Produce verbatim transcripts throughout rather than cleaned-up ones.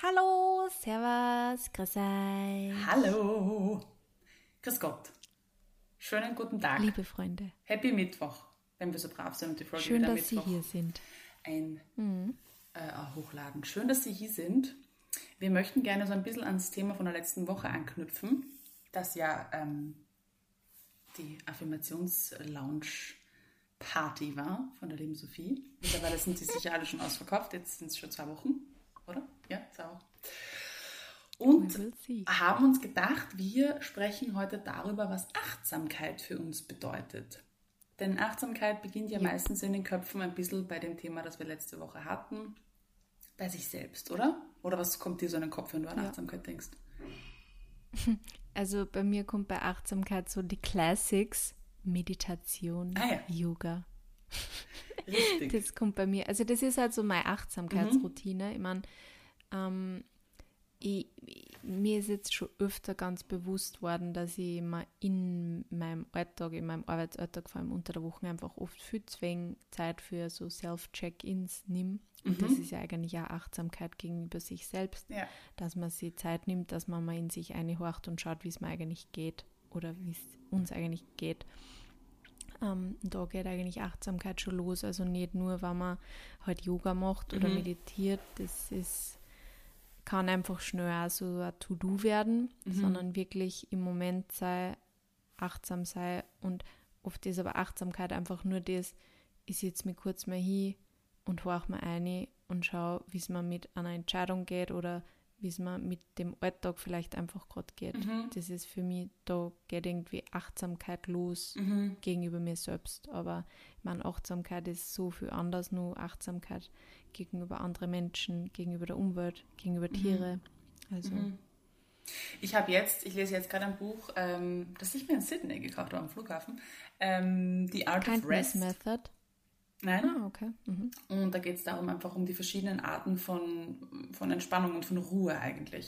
Hallo, servus, grüß euch. Hallo, grüß Gott. Schönen guten Tag. Liebe Freunde. Happy Mittwoch, wenn wir so brav sind und die Folge Schön, wieder dass Mittwoch Sie hier sind. ein, Mhm. äh, hochladen. Schön, dass Sie hier sind. Wir möchten gerne so ein bisschen ans Thema von der letzten Woche anknüpfen, das ja ähm, die Affirmations-Lounge-Party war von der lieben Sophie. Mittlerweile sind sie sicher alle schon ausverkauft, jetzt sind es schon zwei Wochen, oder? Ja, zwei Wochen. Und haben uns gedacht, wir sprechen heute darüber, was Achtsamkeit für uns bedeutet. Denn Achtsamkeit beginnt ja, ja meistens in den Köpfen ein bisschen bei dem Thema, das wir letzte Woche hatten, bei sich selbst, oder? Oder was kommt dir so in den Kopf, wenn du an ja. Achtsamkeit denkst? Also bei mir kommt bei Achtsamkeit so die Classics, Meditation, ah, ja. Yoga. Richtig. Das kommt bei mir, also das ist halt so meine Achtsamkeitsroutine. Mhm. Ich meine, ähm, Ich, mir ist jetzt schon öfter ganz bewusst worden, dass ich immer in meinem Alltag, in meinem Arbeitsalltag, vor allem unter der Woche, einfach oft viel zu wenig Zeit für so Self-Check-Ins nehme. Und mhm. das ist ja eigentlich auch Achtsamkeit gegenüber sich selbst, ja. dass man sich Zeit nimmt, dass man mal in sich einhorcht und schaut, wie es mir eigentlich geht oder wie es uns eigentlich geht. Ähm, da geht eigentlich Achtsamkeit schon los. Also nicht nur, wenn man halt Yoga macht oder mhm. meditiert, das ist... kann einfach schnell auch so ein To-Do werden, mhm. sondern wirklich im Moment sei, achtsam sei. Und oft ist aber Achtsamkeit einfach nur das, ich setze mich kurz mal hin und horche mal ein und schaue, wie es mir mit einer Entscheidung geht oder wie es mir mit dem Alltag vielleicht einfach gerade geht. Mhm. Das ist für mich, da geht irgendwie Achtsamkeit los mhm. gegenüber mir selbst. Aber ich meine, Achtsamkeit ist so viel anders, nur Achtsamkeit gegenüber anderen Menschen, gegenüber der Umwelt, gegenüber Tiere. Mhm. Also. Mhm. Ich habe jetzt, ich lese jetzt gerade ein Buch, ähm, das ich mir in Sydney gekauft habe am Flughafen, ähm, The Art Kindness of Rest. Method. Nein. Ah, okay. Mhm. Und da geht es darum, einfach um die verschiedenen Arten von, von Entspannung und von Ruhe eigentlich.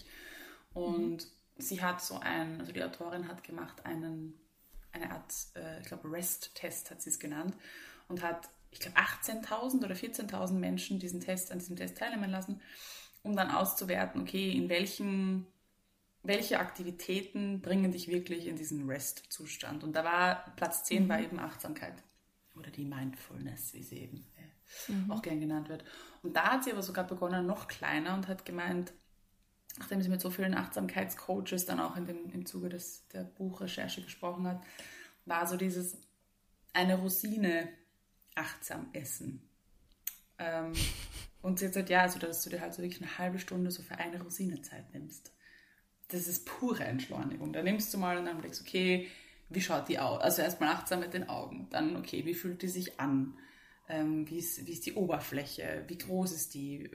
Und mhm. sie hat so ein, also die Autorin hat gemacht einen, eine Art, äh, ich glaube Rest-Test hat sie es genannt und hat, ich glaube achtzehntausend oder vierzehntausend Menschen diesen Test, an diesem Test teilnehmen lassen, um dann auszuwerten, okay, in welchen, welche Aktivitäten bringen dich wirklich in diesen Rest-Zustand. Und da war Platz zehn mhm. war eben Achtsamkeit. Oder die Mindfulness, wie sie eben äh, mhm. auch gern genannt wird. Und da hat sie aber sogar begonnen, noch kleiner und hat gemeint, nachdem sie mit so vielen Achtsamkeitscoaches dann auch in dem, im Zuge des, der Buchrecherche gesprochen hat, war so dieses eine Rosine achtsam essen. Ähm, und sie hat gesagt, ja, also dass du dir halt so wirklich eine halbe Stunde so für eine Rosine Zeit nimmst. Das ist pure Entschleunigung. Da nimmst du mal und dann denkst, okay, wie schaut die aus? Also erstmal achtsam mit den Augen. Dann, okay, wie fühlt die sich an? Ähm, wie, ist, wie ist die Oberfläche? Wie groß ist die?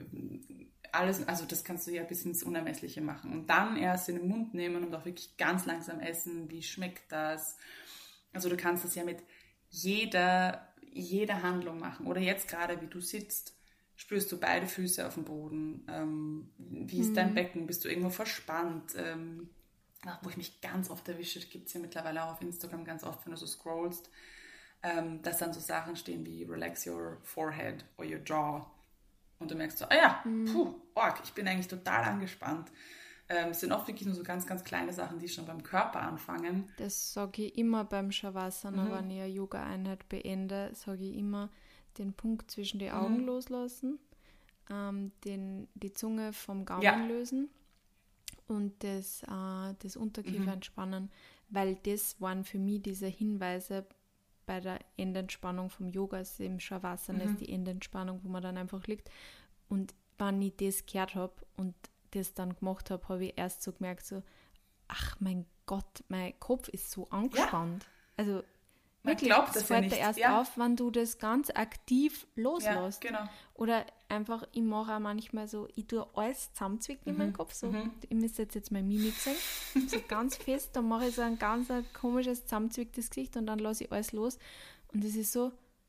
Alles, also das kannst du ja bis ins Unermessliche machen. Und dann erst in den Mund nehmen und auch wirklich ganz langsam essen. Wie schmeckt das? Also du kannst das ja mit jeder, jeder Handlung machen. Oder jetzt gerade, wie du sitzt, spürst du beide Füße auf dem Boden. Ähm, wie ist mhm. dein Becken? Bist du irgendwo verspannt? Ähm, wo ich mich ganz oft erwische, gibt es ja mittlerweile auch auf Instagram ganz oft, wenn du so scrollst, ähm, dass dann so Sachen stehen wie relax your forehead or your jaw und du merkst so, ah ja, mm. puh, org, ich bin eigentlich total angespannt. Ähm, es sind oft wirklich nur so ganz, ganz kleine Sachen, die schon beim Körper anfangen. Das sage ich immer beim Shavasana, mhm. wenn ich eine Yoga-Einheit beende, sage ich immer, den Punkt zwischen die Augen mhm. loslassen, ähm, den, die Zunge vom Gaumen ja. lösen und das, äh, das Unterkiefer mhm. entspannen, weil das waren für mich diese Hinweise bei der Endentspannung vom Yoga, also im Shavasana mhm. ist die Endentspannung, wo man dann einfach liegt. Und wenn ich das gehört habe und das dann gemacht habe, habe ich erst so gemerkt, so, ach mein Gott, mein Kopf ist so angespannt. Ja. Also man wirklich, glaubt das das fällt ja dir nicht. erst ja. auf, wenn du das ganz aktiv loslässt. Ja, genau. Oder einfach, ich mache auch manchmal so, ich tue alles zusammenzwicken in mhm. meinem Kopf. So. Mhm. Ihr müsst jetzt, jetzt meine Mimik sehen. So ganz fest, dann mache ich so ein ganz ein komisches, zusammenzwicktes Gesicht und dann lasse ich alles los. Und das ist so,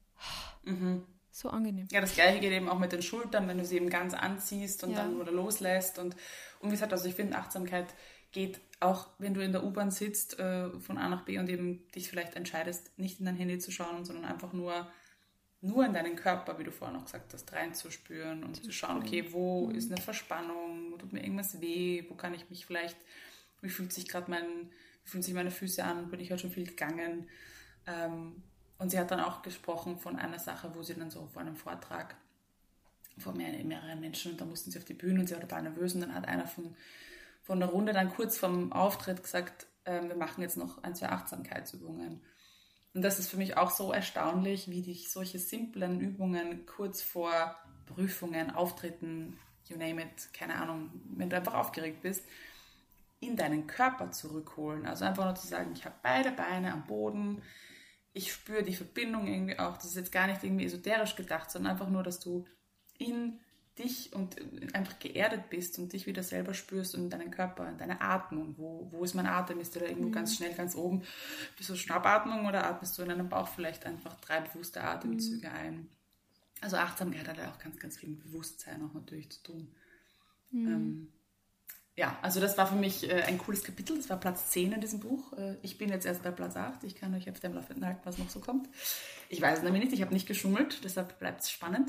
mhm. so angenehm. Ja, das Gleiche geht eben auch mit den Schultern, wenn du sie eben ganz anziehst und ja. dann wieder loslässt. Und, und wie gesagt, also ich finde, Achtsamkeit geht auch, wenn du in der U-Bahn sitzt, äh, von A nach B und eben dich vielleicht entscheidest, nicht in dein Handy zu schauen, sondern einfach nur nur in deinen Körper, wie du vorhin noch gesagt hast, reinzuspüren und zu, zu schauen, okay, wo mhm. ist eine Verspannung, wo tut mir irgendwas weh, wo kann ich mich vielleicht, wie fühlt sich gerade mein, wie fühlen sich meine Füße an, bin ich halt schon viel gegangen. Ähm, und sie hat dann auch gesprochen von einer Sache, wo sie dann so vor einem Vortrag vor mehr, mehreren Menschen, und da mussten sie auf die Bühne und sie war total nervös und dann hat einer von, von der Runde dann kurz vorm Auftritt gesagt, äh, wir machen jetzt noch ein, zwei Achtsamkeitsübungen. Und das ist für mich auch so erstaunlich, wie dich solche simplen Übungen kurz vor Prüfungen, Auftritten, you name it, keine Ahnung, wenn du einfach aufgeregt bist, in deinen Körper zurückholen. Also einfach nur zu sagen, ich habe beide Beine am Boden, ich spüre die Verbindung irgendwie auch. Das ist jetzt gar nicht irgendwie esoterisch gedacht, sondern einfach nur, dass du in dich und einfach geerdet bist und dich wieder selber spürst und in deinen Körper, in deine Atmung. Wo, wo ist mein Atem? Ist der da irgendwo mhm. ganz schnell, ganz oben? Bist du Schnappatmung oder atmest du in deinem Bauch vielleicht einfach drei bewusste Atemzüge mhm. ein? Also Achtsamkeit hat ja auch ganz, ganz viel mit Bewusstsein auch natürlich zu tun. Mhm. Ähm, ja, also das war für mich äh, ein cooles Kapitel. Das war Platz zehn in diesem Buch. Äh, ich bin jetzt erst bei Platz acht. Ich kann euch auf dem Laufenden halten, was noch so kommt. Ich weiß es nämlich nicht. Ich habe nicht geschummelt, deshalb bleibt es spannend.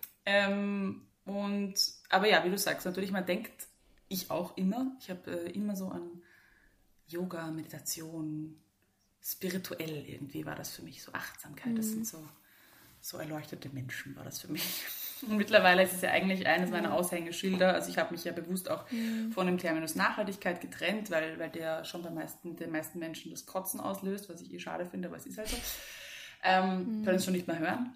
Ähm, und, aber ja, wie du sagst, natürlich, man denkt, ich auch immer, ich habe äh, immer so an Yoga, Meditation, spirituell irgendwie war das für mich, so Achtsamkeit, mhm. das sind so, so erleuchtete Menschen war das für mich. Und mittlerweile ist es ja eigentlich eines meiner Aushängeschilder, also ich habe mich ja bewusst auch mhm. von dem Terminus Nachhaltigkeit getrennt, weil, weil der schon bei meisten, den meisten Menschen das Kotzen auslöst, was ich eh schade finde, aber es ist halt so. Ähm, mhm. Können es schon nicht mehr hören.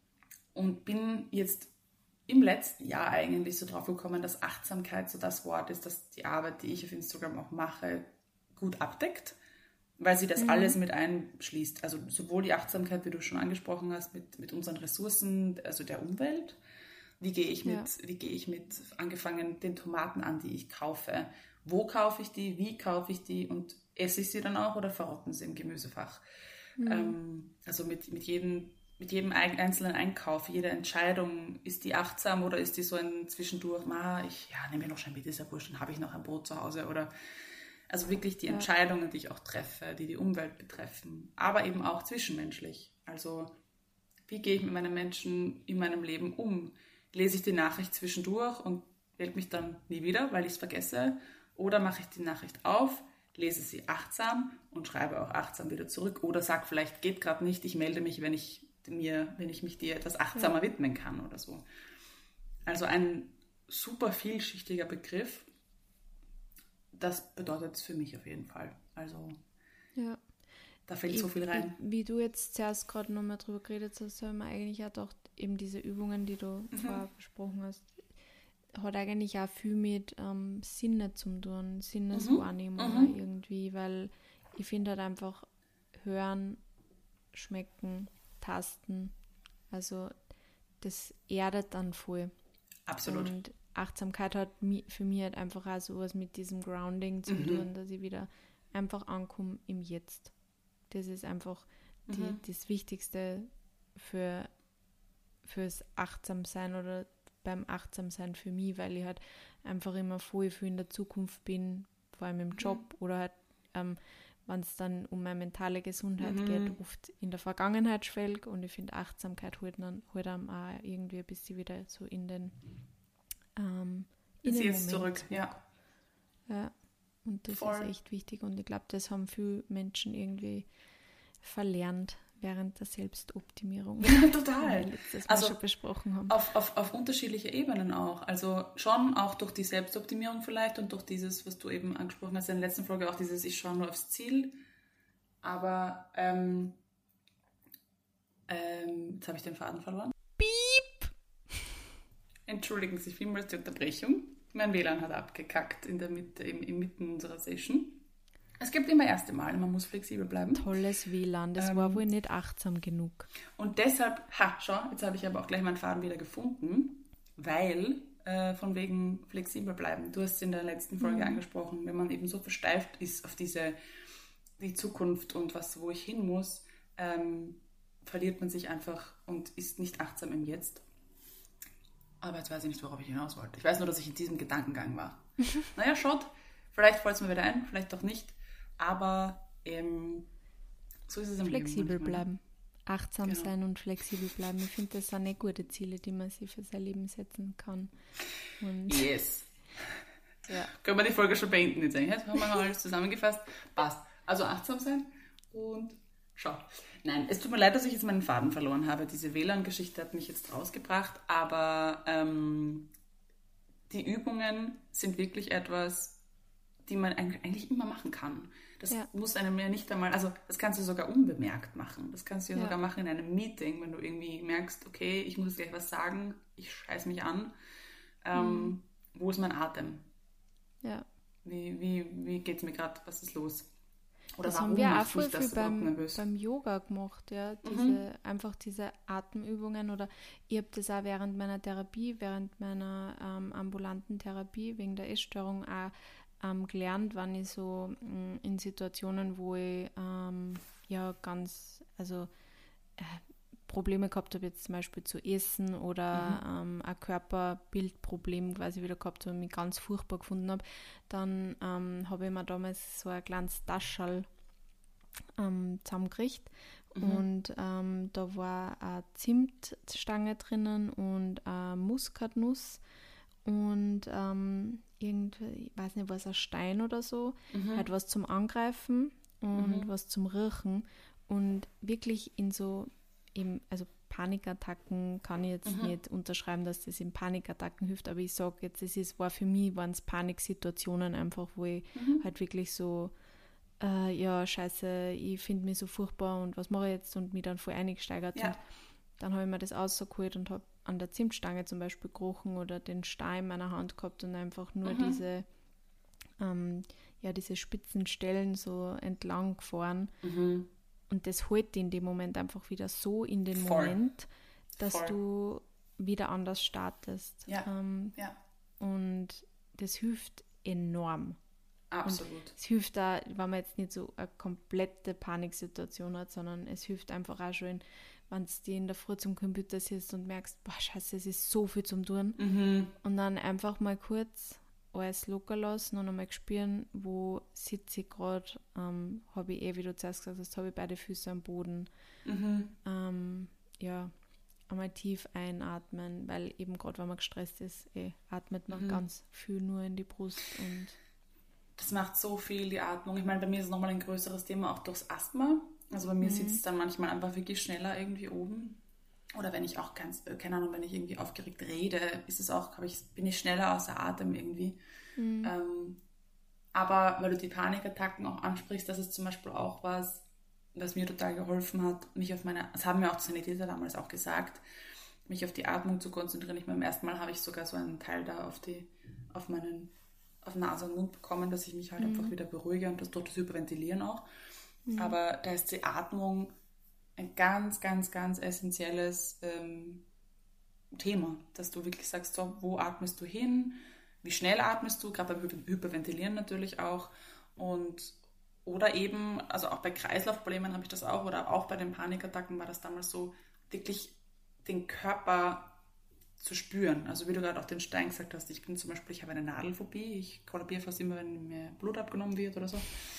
Und bin jetzt im letzten Jahr eigentlich so drauf gekommen, dass Achtsamkeit so das Wort ist, das die Arbeit, die ich auf Instagram auch mache, gut abdeckt, weil sie das mhm. alles mit einschließt. Also sowohl die Achtsamkeit, wie du schon angesprochen hast, mit, mit unseren Ressourcen, also der Umwelt. Wie gehe ich mit, ja. wie gehe ich mit, angefangen den Tomaten an, die ich kaufe. Wo kaufe ich die, wie kaufe ich die und esse ich sie dann auch oder verrotten sie im Gemüsefach. Mhm. Ähm, also mit, mit jedem mit jedem einzelnen Einkauf, jede Entscheidung, ist die achtsam oder ist die so ein Zwischendurch, ma, ich ja, nehme mir noch schon mit, ist ja wurscht, dann habe ich noch ein Brot zu Hause oder also wirklich die ja. Entscheidungen, die ich auch treffe, die die Umwelt betreffen, aber eben auch zwischenmenschlich. Also wie gehe ich mit meinen Menschen in meinem Leben um? Lese ich die Nachricht zwischendurch und melde mich dann nie wieder, weil ich es vergesse, oder mache ich die Nachricht auf, lese sie achtsam und schreibe auch achtsam wieder zurück oder sage vielleicht, geht gerade nicht, ich melde mich, wenn ich mir, wenn ich mich dir etwas achtsamer ja. widmen kann oder so. Also ein super vielschichtiger Begriff. Das bedeutet es für mich auf jeden Fall. Also ja. da fällt ich, so viel rein. Wie, wie du jetzt zuerst gerade nochmal drüber geredet hast, haben wir eigentlich auch doch eben diese Übungen, die du mhm. vorher besprochen hast, hat eigentlich auch viel mit ähm, Sinne zu tun, Sinneswahrnehmung mhm. irgendwie, weil ich finde halt einfach hören, schmecken, tasten, also das erdet dann voll. Absolut. Und Achtsamkeit hat für mich halt einfach auch sowas mit diesem Grounding zu mhm. tun, dass ich wieder einfach ankomme im Jetzt. Das ist einfach die, mhm. das Wichtigste für fürs Achtsamsein oder beim Achtsamsein für mich, weil ich halt einfach immer voll viel in der Zukunft bin, vor allem im Job mhm. oder halt ähm, wenn es dann um meine mentale Gesundheit mhm. geht, oft in der Vergangenheit schwelg und ich finde, Achtsamkeit holt dann holt einem auch irgendwie ein bisschen wieder so in den ähm, in den jetzt zurück, zurück, ja. Ja, und das Voll. ist echt wichtig und ich glaube, das haben viele Menschen irgendwie verlernt während der Selbstoptimierung. Ja, total. Die wir letztes Mal also schon besprochen haben. Auf, auf, auf unterschiedliche Ebenen auch. Also schon auch durch die Selbstoptimierung vielleicht und durch dieses, was du eben angesprochen hast in der letzten Folge, auch dieses, ich schaue nur aufs Ziel. Aber ähm, ähm, jetzt habe ich den Faden verloren. Piep! Entschuldigen Sie vielmals die Unterbrechung. Mein W L A N hat abgekackt in der Mitte, im, im Mitten unserer Session. Es gibt immer erste Male, man muss flexibel bleiben. Tolles W L A N, das ähm, war wohl nicht achtsam genug. Und deshalb, ha, schau, jetzt habe ich aber auch gleich meinen Faden wieder gefunden, weil, äh, von wegen flexibel bleiben, du hast es in der letzten Folge mhm. angesprochen, wenn man eben so versteift ist auf diese, die Zukunft und was, wo ich hin muss, ähm, verliert man sich einfach und ist nicht achtsam im Jetzt. Aber jetzt weiß ich nicht, worauf ich hinaus wollte. Ich weiß nur, dass ich in diesem Gedankengang war. Naja, schaut, vielleicht fällt es mir wieder ein, vielleicht doch nicht. Aber ähm, so ist es im Flexibel Leben bleiben. achtsam Genau. sein und flexibel bleiben. Ich finde, das sind nicht gute Ziele, die man sich für sein Leben setzen kann. Und Yes. ja. Können wir die Folge schon beenden jetzt eigentlich? Haben wir alles zusammengefasst? Passt. Also achtsam sein und schau. Nein, es tut mir leid, dass ich jetzt meinen Faden verloren habe. Diese W L A N-Geschichte hat mich jetzt rausgebracht, aber ähm, die Übungen sind wirklich etwas, die man eigentlich immer machen kann. Das Ja. muss einem ja nicht einmal, also das kannst du sogar unbemerkt machen. Das kannst du ja, Ja. sogar machen in einem Meeting, wenn du irgendwie merkst, okay, ich muss jetzt gleich was sagen, ich scheiß mich an. Ähm, Mhm. Wo ist mein Atem? Ja. Wie, wie, wie geht es mir gerade? Was ist los? Oder Das warum haben wir auch macht voll mich viel das überhaupt beim, nervös? beim Yoga gemacht, ja. Diese, Mhm. Einfach diese Atemübungen oder ich habe das auch während meiner Therapie, während meiner ähm, ambulanten Therapie wegen der Essstörung auch ähm, gelernt, wann ich so mh, in Situationen, wo ich ähm, ja ganz, also äh, Probleme gehabt habe, jetzt zum Beispiel zu essen oder ähm, ein Körperbildproblem quasi wieder gehabt habe und mich ganz furchtbar gefunden habe, dann ähm, habe ich mir damals so ein kleines Taschel ähm, zusammengekriegt und ähm, da war eine Zimtstange drinnen und eine Muskatnuss und ähm, irgendwie, ich weiß nicht, was, ein Stein oder so, halt was zum Angreifen und was zum Riechen und wirklich in so eben, also Panikattacken kann ich jetzt nicht unterschreiben, dass das in Panikattacken hilft, aber ich sage jetzt, es ist, war für mich, waren es Paniksituationen einfach, wo ich halt wirklich so, äh, ja, scheiße, ich finde mich so furchtbar und was mache ich jetzt und mich dann voll eingesteigert Ja. und dann habe ich mir das rausgeholt und habe an der Zimtstange zum Beispiel gerochen oder den Stein in meiner Hand gehabt und einfach nur Mhm. diese, ähm, ja, diese spitzen Stellen so entlang gefahren. Mhm. Und das holt dich in dem Moment einfach wieder so in den Voll. Moment, dass Voll. du wieder anders startest. Ja. Ähm, Ja, und das hilft enorm. absolut. Es hilft da, wenn man jetzt nicht so eine komplette Paniksituation hat, sondern es hilft einfach auch schon, wenn du in der Früh zum Computer sitzt und merkst, boah, scheiße, es ist so viel zum Tun. Mhm. Und dann einfach mal kurz alles locker lassen und einmal spüren, wo sitze ich gerade, ähm, habe ich eh, wie du zuerst gesagt hast, habe ich beide Füße am Boden. Mhm. Ähm, ja, einmal tief einatmen, weil eben gerade, wenn man gestresst ist, eh, atmet man Mhm. ganz viel nur in die Brust und Das macht so viel, die Atmung. Ich meine, bei mir ist es nochmal ein größeres Thema, auch durchs Asthma. Also bei mir sitzt es dann manchmal einfach wirklich schneller irgendwie oben. Oder wenn ich auch ganz, äh, keine Ahnung, wenn ich irgendwie aufgeregt rede, ist es auch, ich, bin ich schneller außer Atem irgendwie. Ähm, aber weil du die Panikattacken auch ansprichst, das ist zum Beispiel auch was, was mir total geholfen hat, mich auf meine, das haben mir auch die Sanitäter damals auch gesagt, mich auf die Atmung zu konzentrieren. Ich beim ersten Mal habe ich sogar so einen Teil da auf die, auf meinen, auf Nase und Mund bekommen, dass ich mich halt einfach wieder beruhige und das durch das Hyperventilieren auch. Aber da ist die Atmung ein ganz, ganz, ganz essentielles ähm, Thema, dass du wirklich sagst, so, wo atmest du hin, wie schnell atmest du, gerade beim Hy- Hyperventilieren natürlich auch und oder eben, also auch bei Kreislaufproblemen habe ich das auch oder auch bei den Panikattacken war das damals so, wirklich den Körper zu spüren. Also wie du gerade auch den Stein gesagt hast, ich bin zum Beispiel, ich habe eine Nadelphobie, ich kollabiere fast immer, wenn mir Blut abgenommen wird oder so.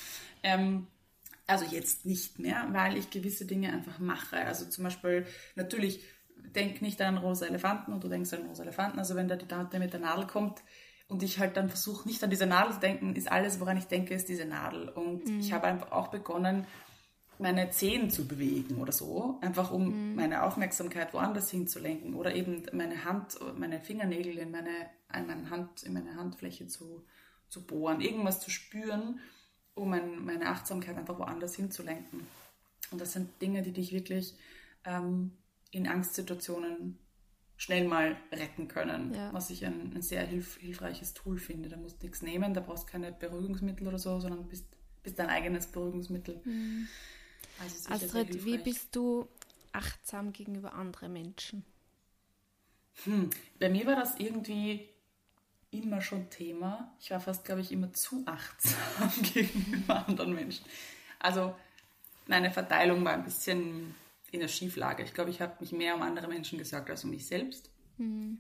Ähm, also jetzt nicht mehr, weil ich gewisse Dinge einfach mache. Also zum Beispiel, natürlich, denk nicht an einen rosa Elefanten und du denkst an einen rosa Elefanten. Also wenn da die Tante mit der Nadel kommt und ich halt dann versuche, nicht an diese Nadel zu denken, ist alles, woran ich denke, ist diese Nadel. Und mhm. ich habe einfach auch begonnen, meine Zehen zu bewegen oder so, einfach um mhm. meine Aufmerksamkeit woanders hinzulenken oder eben meine Hand, meine Fingernägel in meine, in meine, Hand, in meine Handfläche zu, zu bohren, irgendwas zu spüren, um mein, meine Achtsamkeit einfach woanders hinzulenken. Und das sind Dinge, die dich wirklich ähm, in Angstsituationen schnell mal retten können, ja. Was ich ein, ein sehr hilf, hilfreiches Tool finde. Da musst du nichts nehmen, da brauchst du keine Beruhigungsmittel oder so, sondern bist, bist dein eigenes Beruhigungsmittel. Mhm. Also Astrid, wie bist du achtsam gegenüber anderen Menschen? Hm. Bei mir war das irgendwie immer schon Thema. Ich war fast, glaube ich, immer zu achtsam gegenüber anderen Menschen. Also meine Verteilung war ein bisschen in der Schieflage. Ich glaube, ich habe mich mehr um andere Menschen gesagt als um mich selbst. Mhm.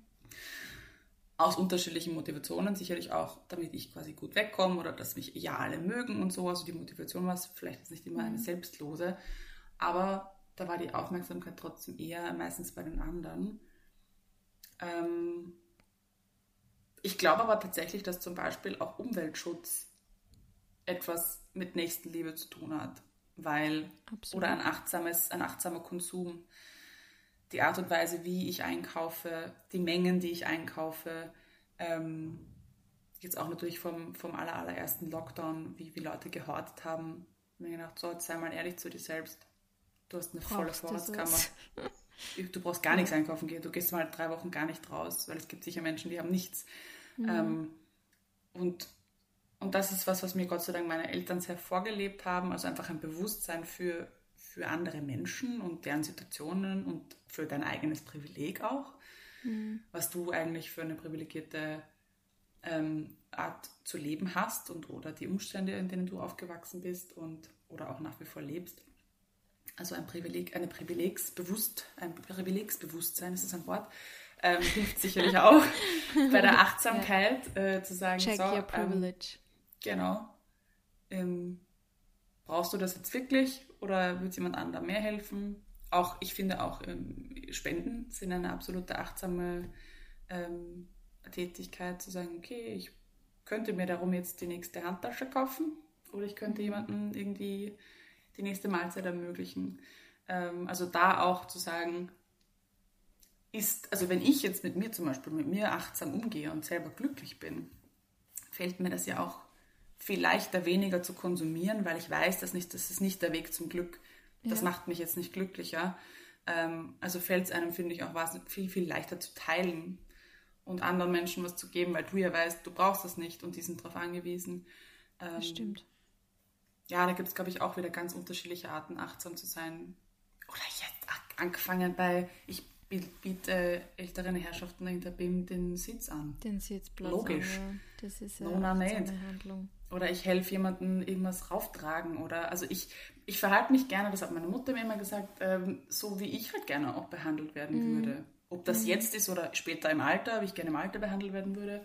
Aus unterschiedlichen Motivationen. Sicherlich auch, damit ich quasi gut wegkomme oder dass mich ja alle mögen und so. Also die Motivation war es vielleicht jetzt nicht immer eine selbstlose. Aber da war die Aufmerksamkeit trotzdem eher meistens bei den anderen. Ähm, ich glaube aber tatsächlich, dass zum Beispiel auch Umweltschutz etwas mit Nächstenliebe zu tun hat, weil, Absolut. oder ein achtsames, ein achtsamer Konsum, die Art und Weise, wie ich einkaufe, die Mengen, die ich einkaufe, ähm, jetzt auch natürlich vom, vom aller, allerersten Lockdown, wie, wie Leute gehortet haben. Ich habe mir gedacht, so, jetzt sei mal ehrlich zu dir selbst. Du hast eine volle Brauchst du Vorratskammer. sowas? Du brauchst gar nichts einkaufen gehen. Du gehst mal drei Wochen gar nicht raus, weil es gibt sicher Menschen, die haben nichts. Mhm. Ähm, und, und das ist was, was mir Gott sei Dank meine Eltern sehr vorgelebt haben. Also einfach ein Bewusstsein für, für andere Menschen und deren Situationen und für dein eigenes Privileg auch. Mhm. Was du eigentlich für eine privilegierte ähm, Art zu leben hast und oder die Umstände, in denen du aufgewachsen bist und oder auch nach wie vor lebst. Also ein Privileg, eine Privilegsbewusst, ein Privilegsbewusstsein, ist das ein Wort, ähm, hilft sicherlich auch bei der Achtsamkeit Ja. äh, zu sagen, Check so, your privilege. Ähm, genau, ähm, brauchst du das jetzt wirklich oder wird jemand anderem mehr helfen? Auch, ich finde auch ähm, Spenden sind eine absolute achtsame ähm, Tätigkeit, zu sagen, okay, ich könnte mir darum jetzt die nächste Handtasche kaufen oder ich könnte mhm. jemandem irgendwie die nächste Mahlzeit ermöglichen. Ähm, also da auch zu sagen, ist, also wenn ich jetzt mit mir zum Beispiel, mit mir achtsam umgehe und selber glücklich bin, fällt mir das ja auch viel leichter, weniger zu konsumieren, weil ich weiß, dass nicht, das ist nicht der Weg zum Glück. Das ja. macht mich jetzt nicht glücklicher. Ähm, also fällt es einem, finde ich, auch was viel, viel leichter zu teilen und anderen Menschen was zu geben, weil du ja weißt, du brauchst das nicht und die sind darauf angewiesen. Ähm, das stimmt. Ja, da gibt es, glaube ich, auch wieder ganz unterschiedliche Arten, achtsam zu sein. Oder jetzt angefangen bei, ich biete äh, älteren Herrschaften dahinter B I M den Sitz an. Den Sitzplatz. Logisch. An, ja. Das ist ja no, no, eine Handlung. Oder ich helfe jemandem irgendwas rauftragen. Oder, also ich, ich verhalte mich gerne, das hat meine Mutter mir immer gesagt, ähm, so wie ich halt gerne auch behandelt werden mm. würde. Ob das mm. jetzt ist oder später im Alter, wie ich gerne im Alter behandelt werden würde.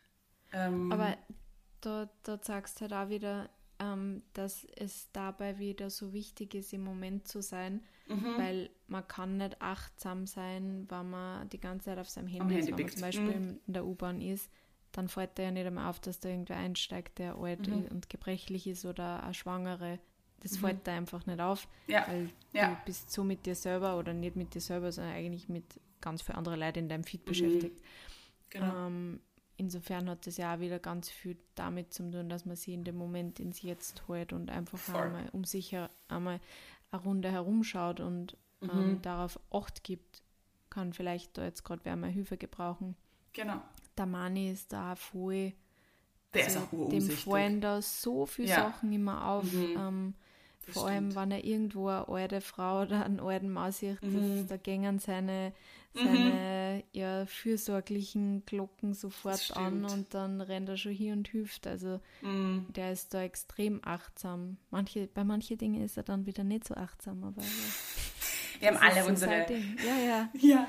Ähm, Aber da, da sagst du halt auch wieder, ähm, dass es dabei wieder so wichtig ist, im Moment zu sein, mhm. weil man kann nicht achtsam sein, wenn man die ganze Zeit auf seinem Handy ist. Handy wenn man zum Beispiel mhm. in der U-Bahn ist, dann fällt da ja nicht einmal auf, dass da irgendwer einsteigt, der alt mhm. und gebrechlich ist oder eine Schwangere. Das mhm. fällt da einfach nicht auf, ja. weil ja. du bist so mit dir selber oder nicht mit dir selber, sondern eigentlich mit ganz vielen anderen Leuten in deinem Feed mhm. beschäftigt. Genau. Ähm, Insofern hat das ja auch wieder ganz viel damit zu tun, dass man sich in dem Moment ins Jetzt holt und einfach einmal um sich her, einmal eine Runde herumschaut und mhm. ähm, darauf Acht gibt, kann vielleicht da jetzt gerade wer mal Hilfe gebrauchen. Genau. Der Mani ist da voll, der also, ist auch dem fallen da so viele ja. Sachen immer auf. Mhm. Ähm, vor stimmt. allem, wenn er irgendwo eine alte Frau oder einen alten Mann sieht, mhm. das, da gängen seine, seine mhm. ja, fürsorglichen Glocken sofort an und dann rennt er schon hier und hilft. Also mhm. der ist da extrem achtsam. Manche, bei manchen Dingen ist er dann wieder nicht so achtsam, aber ja. Wir haben alle so unsere... Ja, ja. Ja,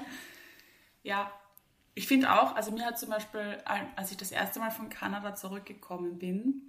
ja. Ich finde auch, also mir hat zum Beispiel, als ich das erste Mal von Kanada zurückgekommen bin,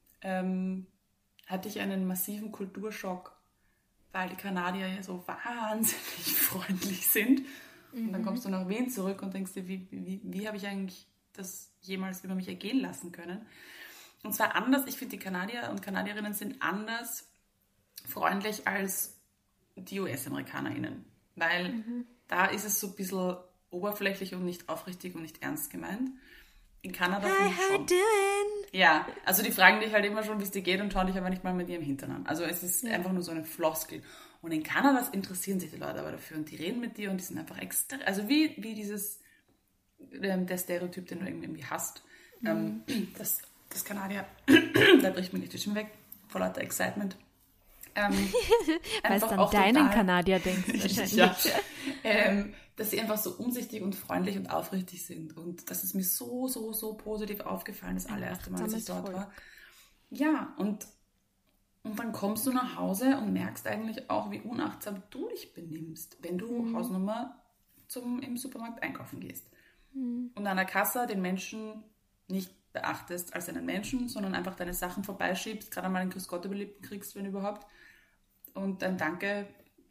ähm, hatte ich einen massiven Kulturschock, weil die Kanadier ja so wahnsinnig freundlich sind. Mhm. Und dann kommst du nach Wien zurück und denkst dir, wie, wie, wie habe ich eigentlich das jemals über mich ergehen lassen können? Und zwar anders, ich finde, die Kanadier und Kanadierinnen sind anders freundlich als die U S-AmerikanerInnen. Weil mhm. da ist es so ein bisschen oberflächlich und nicht aufrichtig und nicht ernst gemeint. In Kanada Hi, how you doing? Ja, also die fragen dich halt immer schon, wie es dir geht und schauen dich aber nicht mal mit ihrem Hintern an. Also es ist ja. einfach nur so eine Floskel. Und in Kanada interessieren sich die Leute aber dafür und die reden mit dir und die sind einfach extra, also wie, wie dieses, ähm, der Stereotyp, den du irgendwie hast. Mhm. Ähm, das, das Kanadier, da bricht mir nicht die Stimme weg, vor lauter Excitement. Ähm, Weil du an deinen total, Kanadier denkst wahrscheinlich. ja, ähm, dass sie einfach so umsichtig und freundlich und aufrichtig sind. Und das ist mir so, so, so positiv aufgefallen, das allererste Mal, als ich dort war. Ja, und, und dann kommst du nach Hause und merkst eigentlich auch, wie unachtsam du dich benimmst, wenn du mhm. Hausnummer zum, im Supermarkt einkaufen gehst. Mhm. Und an der Kasse den Menschen nicht beachtest als einen Menschen, sondern einfach deine Sachen vorbeischiebst, gerade mal einen Grüß Gott über die Lippen kriegst, wenn überhaupt. Und ein Danke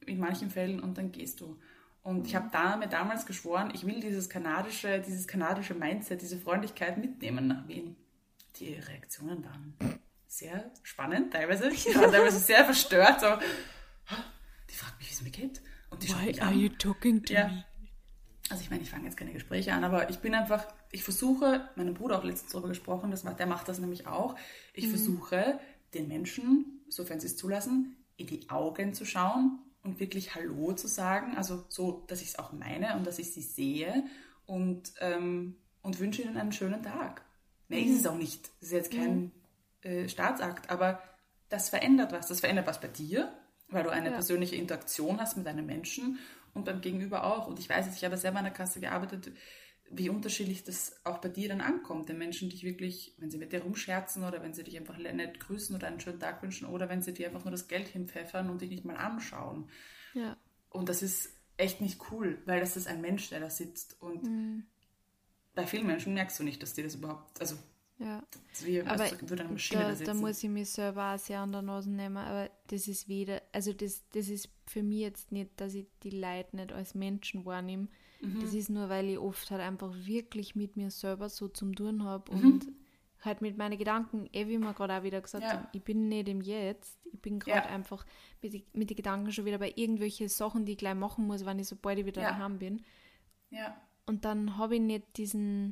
in manchen Fällen und dann gehst du. Und ich habe da, mir damals geschworen, ich will dieses kanadische, dieses kanadische Mindset, diese Freundlichkeit mitnehmen nach Wien. Die Reaktionen waren sehr spannend teilweise. Ich war teilweise sehr verstört. So, die fragt mich, wie es mir geht. Und die schaut mich an. Why are you talking to ja. me? Also ich meine, ich fange jetzt keine Gespräche an, aber ich bin einfach, ich versuche, meinem Bruder auch letztens darüber gesprochen, das, der macht das nämlich auch, ich mhm. versuche, den Menschen, sofern sie es zulassen, in die Augen zu schauen und wirklich Hallo zu sagen, also so, dass ich es auch meine und dass ich sie sehe und, ähm, und wünsche ihnen einen schönen Tag. Nee, mhm. ist es auch nicht. Das ist jetzt kein mhm. äh, Staatsakt, aber das verändert was. Das verändert was bei dir, weil du eine ja. persönliche Interaktion hast mit einem Menschen und beim Gegenüber auch. Und ich weiß jetzt, ich habe selber an der Kasse gearbeitet, wie unterschiedlich das auch bei dir dann ankommt. Den Menschen dich wirklich, wenn sie mit dir rumscherzen oder wenn sie dich einfach nett grüßen oder einen schönen Tag wünschen oder wenn sie dir einfach nur das Geld hinpfeffern und dich nicht mal anschauen. Ja. Und das ist echt nicht cool, weil das ist ein Mensch, der da sitzt. Und mhm. bei vielen Menschen merkst du nicht, dass die das überhaupt, also ja. das ist wie, aber als würde eine Maschine da, da sitzen. Da muss ich mich selber auch sehr an der Nase nehmen, aber das ist weder, also das, das ist für mich jetzt nicht, dass ich die Leute nicht als Menschen wahrnehme. Mhm. Das ist nur, weil ich oft halt einfach wirklich mit mir selber so zum Tun habe mhm. und halt mit meinen Gedanken, eh wie wir gerade auch wieder gesagt ja. haben, ich bin nicht im Jetzt, ich bin gerade ja. einfach mit, die, mit den Gedanken schon wieder bei irgendwelchen Sachen, die ich gleich machen muss, wenn ich sobald ich wieder ja. daheim bin. Ja. Und dann habe ich nicht diesen,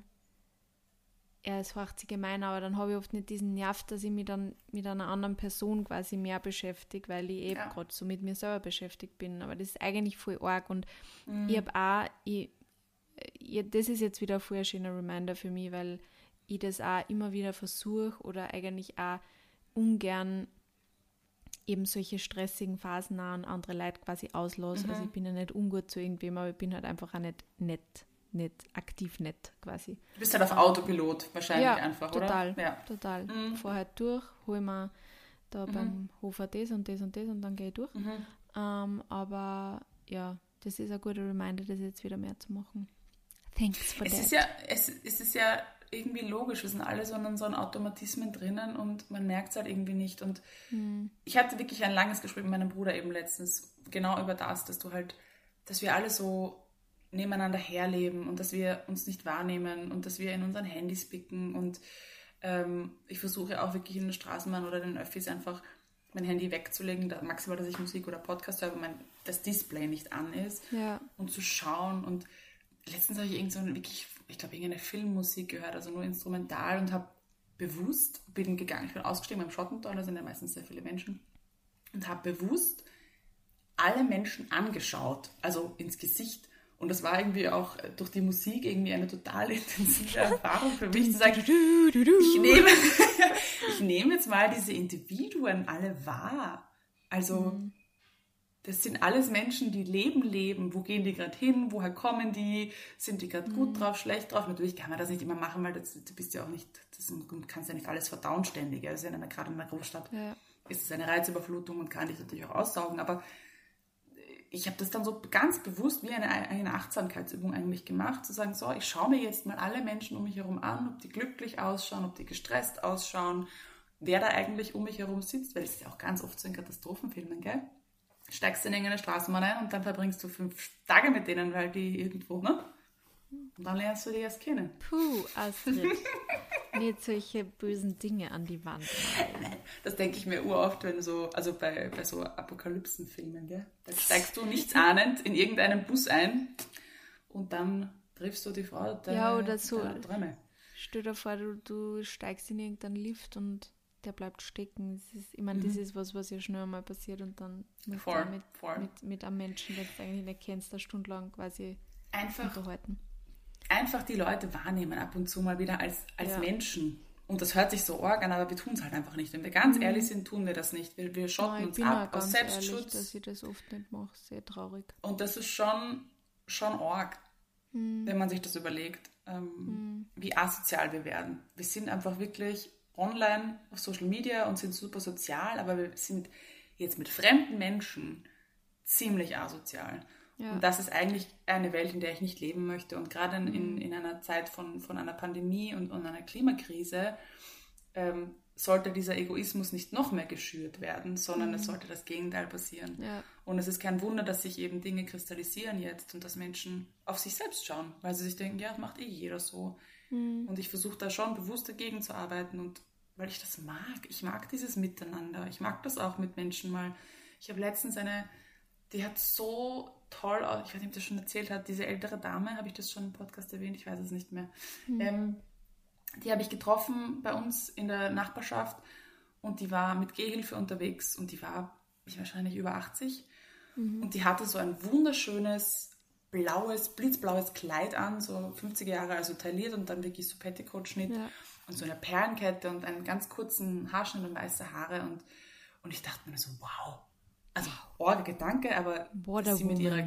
ja, es war sich gemein, aber dann habe ich oft nicht diesen Nerv, dass ich mich dann mit einer anderen Person quasi mehr beschäftige, weil ich eben ja. gerade so mit mir selber beschäftigt bin. Aber das ist eigentlich voll arg und mhm. ich habe auch, ich, ich, das ist jetzt wieder ein voll schöner Reminder für mich, weil ich das auch immer wieder versuche oder eigentlich auch ungern eben solche stressigen Phasen an andere Leute quasi auslasse. Mhm. Also ich bin ja nicht ungut zu irgendwem, aber ich bin halt einfach auch nicht nett. nicht aktiv nett quasi. Du bist halt auf Autopilot wahrscheinlich ja, einfach, total, oder? Ja, total. Mhm. Fahr halt durch, hol mir da mhm. beim Hofer das und das und das und dann gehe ich durch. Mhm. Ähm, aber ja, das ist ein guter Reminder, das jetzt wieder mehr zu machen. Thanks for es that. Ist ja, es, es ist ja irgendwie logisch, wir sind alle so in so einen Automatismen drinnen und man merkt es halt irgendwie nicht. Und mhm. ich hatte wirklich ein langes Gespräch mit meinem Bruder eben letztens genau über das, dass du halt, dass wir alle so nebeneinander herleben und dass wir uns nicht wahrnehmen und dass wir in unseren Handys picken und ähm, ich versuche auch wirklich in der Straßenbahn oder den Öffis einfach mein Handy wegzulegen, da, maximal, dass ich Musik oder Podcast höre, aber mein, das Display nicht an ist ja. und zu schauen und letztens habe ich irgend so eine, wirklich, ich glaube, irgendeine Filmmusik gehört, also nur instrumental und habe bewusst, bin gegangen, ich bin ausgestiegen beim Schottentor, da sind ja meistens sehr viele Menschen und habe bewusst alle Menschen angeschaut, also ins Gesicht. Und das war irgendwie auch durch die Musik irgendwie eine total intensive Erfahrung für mich, zu sagen, ich nehme, ich nehme jetzt mal diese Individuen alle wahr. Also das sind alles Menschen, die Leben leben. Wo gehen die gerade hin? Woher kommen die? Sind die gerade gut drauf, schlecht drauf? Natürlich kann man das nicht immer machen, weil das, du bist ja auch nicht, das, du kannst ja nicht alles verdauen ständig. Also in einer, gerade in einer Großstadt ja. ist es eine Reizüberflutung und kann dich natürlich auch aussaugen. Aber ich habe das dann so ganz bewusst wie eine, eine Achtsamkeitsübung eigentlich gemacht, zu sagen, so, ich schaue mir jetzt mal alle Menschen um mich herum an, ob die glücklich ausschauen, ob die gestresst ausschauen, wer da eigentlich um mich herum sitzt, weil es ist ja auch ganz oft so in Katastrophenfilmen, gell? Steigst in irgendeine Straßenbahn ein und dann verbringst du fünf Tage mit denen, weil die irgendwo, ne? Und dann lernst du die erst kennen. Puh, Astrid. Nicht solche bösen Dinge an die Wand malen. Das denke ich mir uroft, wenn so, also bei, bei so Apokalypsenfilmen, gell? Da steigst du nichts ahnend in irgendeinen Bus ein und dann triffst du die Frau deiner, ja, oder so, deiner Träume. Stell dir vor, du, du steigst in irgendeinen Lift und der bleibt stecken. Das ist, ich meine, mhm. das ist was, was ja schnell einmal passiert und dann mit, voll, mit, voll. mit, mit einem Menschen, den du eigentlich nicht kennst, eine Stunde lang quasi einfach unterhalten. Einfach die Leute wahrnehmen, ab und zu mal wieder als, als ja. Menschen. Und das hört sich so arg an, aber wir tun es halt einfach nicht. Wenn wir ganz mhm. ehrlich sind, tun wir das nicht. Wir, wir schotten Nein, uns ab aus Selbstschutz. Ehrlich, dass ich das oft nicht mache. Sehr traurig. Und das ist schon, schon arg, mhm. wenn man sich das überlegt, ähm, mhm. wie asozial wir werden. Wir sind einfach wirklich online auf Social Media und sind super sozial, aber wir sind jetzt mit fremden Menschen ziemlich asozial. Ja. Und das ist eigentlich eine Welt, in der ich nicht leben möchte. Und gerade in, in, in einer Zeit von, von einer Pandemie und, und einer Klimakrise ähm, sollte dieser Egoismus nicht noch mehr geschürt werden, sondern Mhm. es sollte das Gegenteil passieren. Ja. Und es ist kein Wunder, dass sich eben Dinge kristallisieren jetzt und dass Menschen auf sich selbst schauen, weil sie sich denken, ja, das macht eh jeder so. Mhm. Und ich versuche da schon bewusst dagegen zu arbeiten und weil ich das mag. Ich mag dieses Miteinander. Ich mag das auch mit Menschen mal. Ich habe letztens eine, die hat so toll, aus- ich weiß nicht, ob das schon erzählt hat, diese ältere Dame, habe ich das schon im Podcast erwähnt? Ich weiß es nicht mehr. Mhm. Ähm, die habe ich getroffen bei uns in der Nachbarschaft und die war mit Gehhilfe unterwegs und die war ich wahrscheinlich über achtzig Mhm. und die hatte so ein wunderschönes blaues, blitzblaues Kleid an, so fünfziger Jahre, also tailliert und dann wirklich so Petticoat-Schnitt Ja. und so eine Perlenkette und einen ganz kurzen Haarschnitt und weiße Haare und, und ich dachte mir so, wow, also orger Gedanke, aber What dass a sie mit ihrer woman.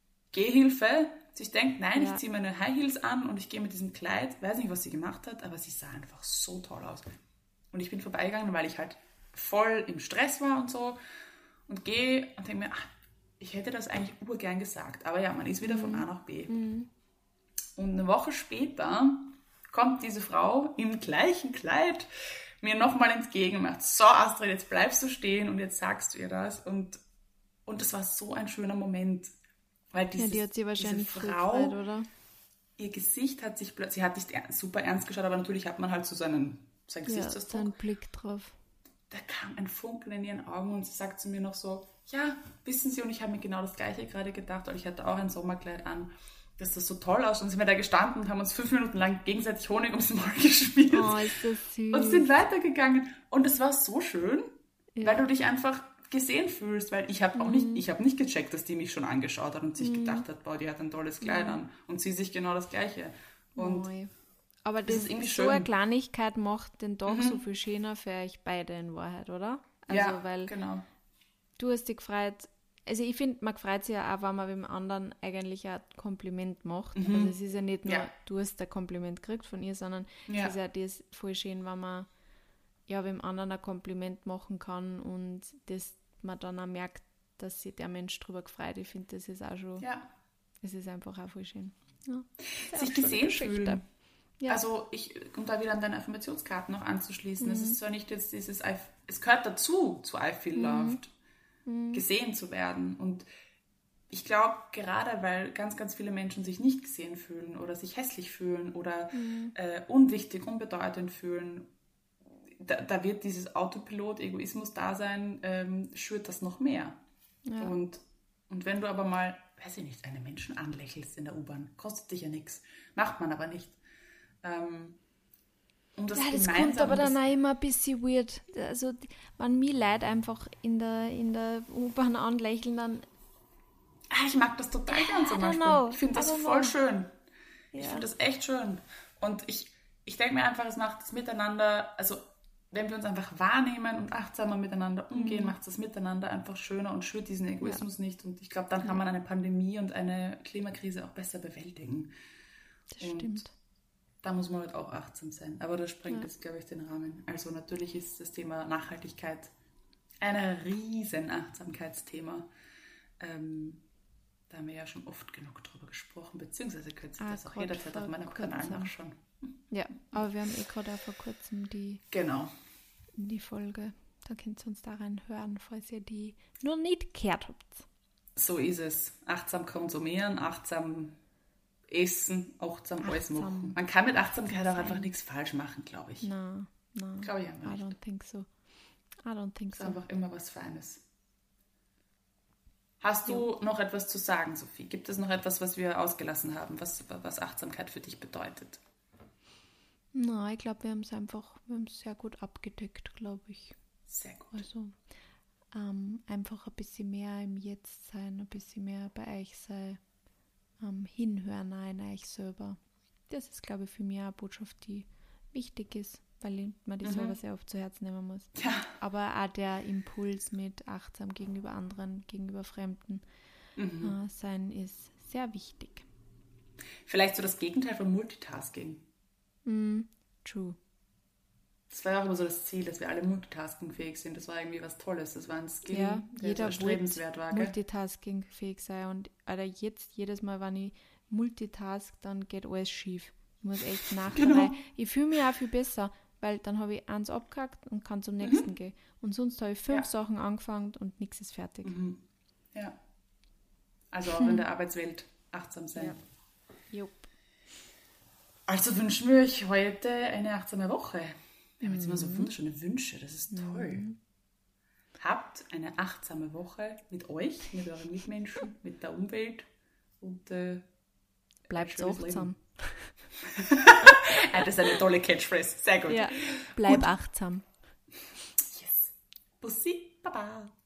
Gehhilfe sich denkt, nein, Ja. ich ziehe meine High Heels an und ich gehe mit diesem Kleid, weiß nicht, was sie gemacht hat, aber sie sah einfach so toll aus. Und ich bin vorbeigegangen, weil ich halt voll im Stress war und so und gehe und denke mir, ach, ich hätte das eigentlich urgern gesagt, aber ja, man ist wieder von A nach B. Mhm. Und eine Woche später kommt diese Frau im gleichen Kleid mir nochmal entgegen und macht, so Astrid, jetzt bleibst du stehen und jetzt sagst du ihr das. Und, und das war so ein schöner Moment. Weil Ja, dieses, die hat sie wahrscheinlich diese früh Frau, gefreut, oder? ihr Gesicht hat sich plötzlich, sie hat nicht er- super ernst geschaut, aber natürlich hat man halt so seinen, seinen Ja, Gesichtsausdruck. sein Blick drauf. Da kam ein Funkeln in ihren Augen und sie sagt zu mir noch so, ja, wissen Sie, und ich habe mir genau das Gleiche gerade gedacht, weil ich hatte auch ein Sommerkleid an, dass das so toll ausschaut. Und sind wir da gestanden und haben uns fünf Minuten lang gegenseitig Honig ums Maul gespielt Oh, ist das süß. und sind weitergegangen. Und es war so schön, Ja. weil du dich einfach gesehen fühlst, weil ich habe auch nicht, ich habe nicht gecheckt, dass die mich schon angeschaut hat und sich gedacht hat, boah, die hat ein tolles Kleid an und sie sich genau das Gleiche. Und Moi. Aber das das, ist irgendwie so eine schön. Kleinigkeit macht den Tag so viel schöner für euch beide in Wahrheit, oder? Also, ja, weil genau. du hast dich gefreut. Also, ich finde, man freut sich ja auch, wenn man dem anderen eigentlich ein Kompliment macht. Also, es ist ja nicht nur, Ja. du hast ein Kompliment gekriegt von ihr, sondern Ja. es ist ja das voll schön, wenn man ja dem anderen ein Kompliment machen kann und das man dann auch merkt, dass sich der Mensch drüber gefreut. Ich finde, das ist auch schon, Ja. es ist einfach auch voll schön. Ja. Ist ja Sich auch schon eine gesehen Geschichte. fühlen. Ja. Also ich, um da wieder an deine Affirmationskarten noch anzuschließen, Mhm. es ist zwar nicht jetzt dieses, I, es gehört dazu, zu I Feel Loved, Mhm. gesehen zu werden. Und ich glaube, gerade weil ganz, ganz viele Menschen sich nicht gesehen fühlen oder sich hässlich fühlen oder Mhm. äh, unwichtig, unbedeutend fühlen, da, da wird dieses Autopilot-Egoismus-Dasein, ähm, schürt das noch mehr. Ja. Und, und wenn du aber mal, weiß ich nicht, einen Menschen anlächelst in der U-Bahn, kostet dich ja nichts, macht man aber nicht. Ähm, um das Ja, das gemeinsam, kommt aber um das, dann auch immer ein bisschen weird. Also, wenn mich Leute einfach in der, in der U-Bahn anlächeln, dann, ah, ich mag das total gern zum I don't Beispiel. know. Ich finde das I don't voll know. schön. Ich ja. finde das echt schön. Und ich, ich denke mir einfach, es macht das Miteinander, also wenn wir uns einfach wahrnehmen und achtsamer miteinander umgehen, macht das Miteinander einfach schöner und schürt diesen Egoismus nicht. Und ich glaube, dann kann man eine Pandemie und eine Klimakrise auch besser bewältigen. Das Und stimmt. da muss man halt auch achtsam sein. Aber das sprengt Ja. jetzt, glaube ich, den Rahmen. Also natürlich ist das Thema Nachhaltigkeit ein riesen Achtsamkeitsthema. Ähm, da haben wir ja schon oft genug drüber gesprochen, beziehungsweise könnt ihr Ah, das auch Gott, jederzeit auf vor meinem Kanal kurzem. nachschauen. Ja, aber wir haben eh gerade auch vor kurzem die, Genau. die Folge. Da könnt ihr uns da reinhören, falls ihr die noch nicht gehört habt. So ist es. Achtsam konsumieren, achtsam essen, achtsam alles Achtsam machen. Man kann mit Achtsamkeit auch sein. einfach nichts falsch machen, glaube ich. Na, na. Glaube ich I einfach nicht. don't think so. I don't think Es ist so. einfach immer was Feines. Hast du noch etwas zu sagen, Sophie? Gibt es noch etwas, was wir ausgelassen haben, was, was Achtsamkeit für dich bedeutet? Na, ich glaube, wir haben es einfach, wir haben es sehr gut abgedeckt, glaube ich. Sehr gut. Also ähm, einfach ein bisschen mehr im Jetzt sein, ein bisschen mehr bei euch sein, ähm, hinhören auch in euch selber. Das ist, glaube ich, für mich auch eine Botschaft, die wichtig ist, weil man die Mhm. selber sehr oft zu Herzen nehmen muss. Ja. Aber auch der Impuls mit achtsam gegenüber anderen, gegenüber Fremden Mhm. äh, sein ist sehr wichtig. Vielleicht so das Gegenteil von Multitasking. Mm, true. Das war ja auch immer so das Ziel, dass wir alle multitaskingfähig sind. Das war irgendwie was Tolles. Das war ein Skill, Ja, der jeder so erstrebenswert war. Gell? multitaskingfähig sein. Und Alter, jetzt, jedes Mal, wenn ich multitask, dann geht alles schief. Ich muss echt nachdenken. Genau. Ich fühle mich auch viel besser. weil dann habe ich eins abgehakt und kann zum nächsten mhm. gehen. Und sonst habe ich fünf ja. Sachen angefangen und nichts ist fertig. Mhm. Ja. Also auch hm. in der Arbeitswelt achtsam sein. Ja. Jupp. Also wünschen wir euch heute eine achtsame Woche. Wir haben jetzt immer so Mhm. wunderschöne Wünsche, das ist toll. Mhm. Habt eine achtsame Woche mit euch, mit euren Mitmenschen, mit der Umwelt und äh, bleibt achtsam. Das ist eine tolle Catchphrase, sehr gut. Ja. Bleib gut. achtsam. Yes. Bussi, Baba.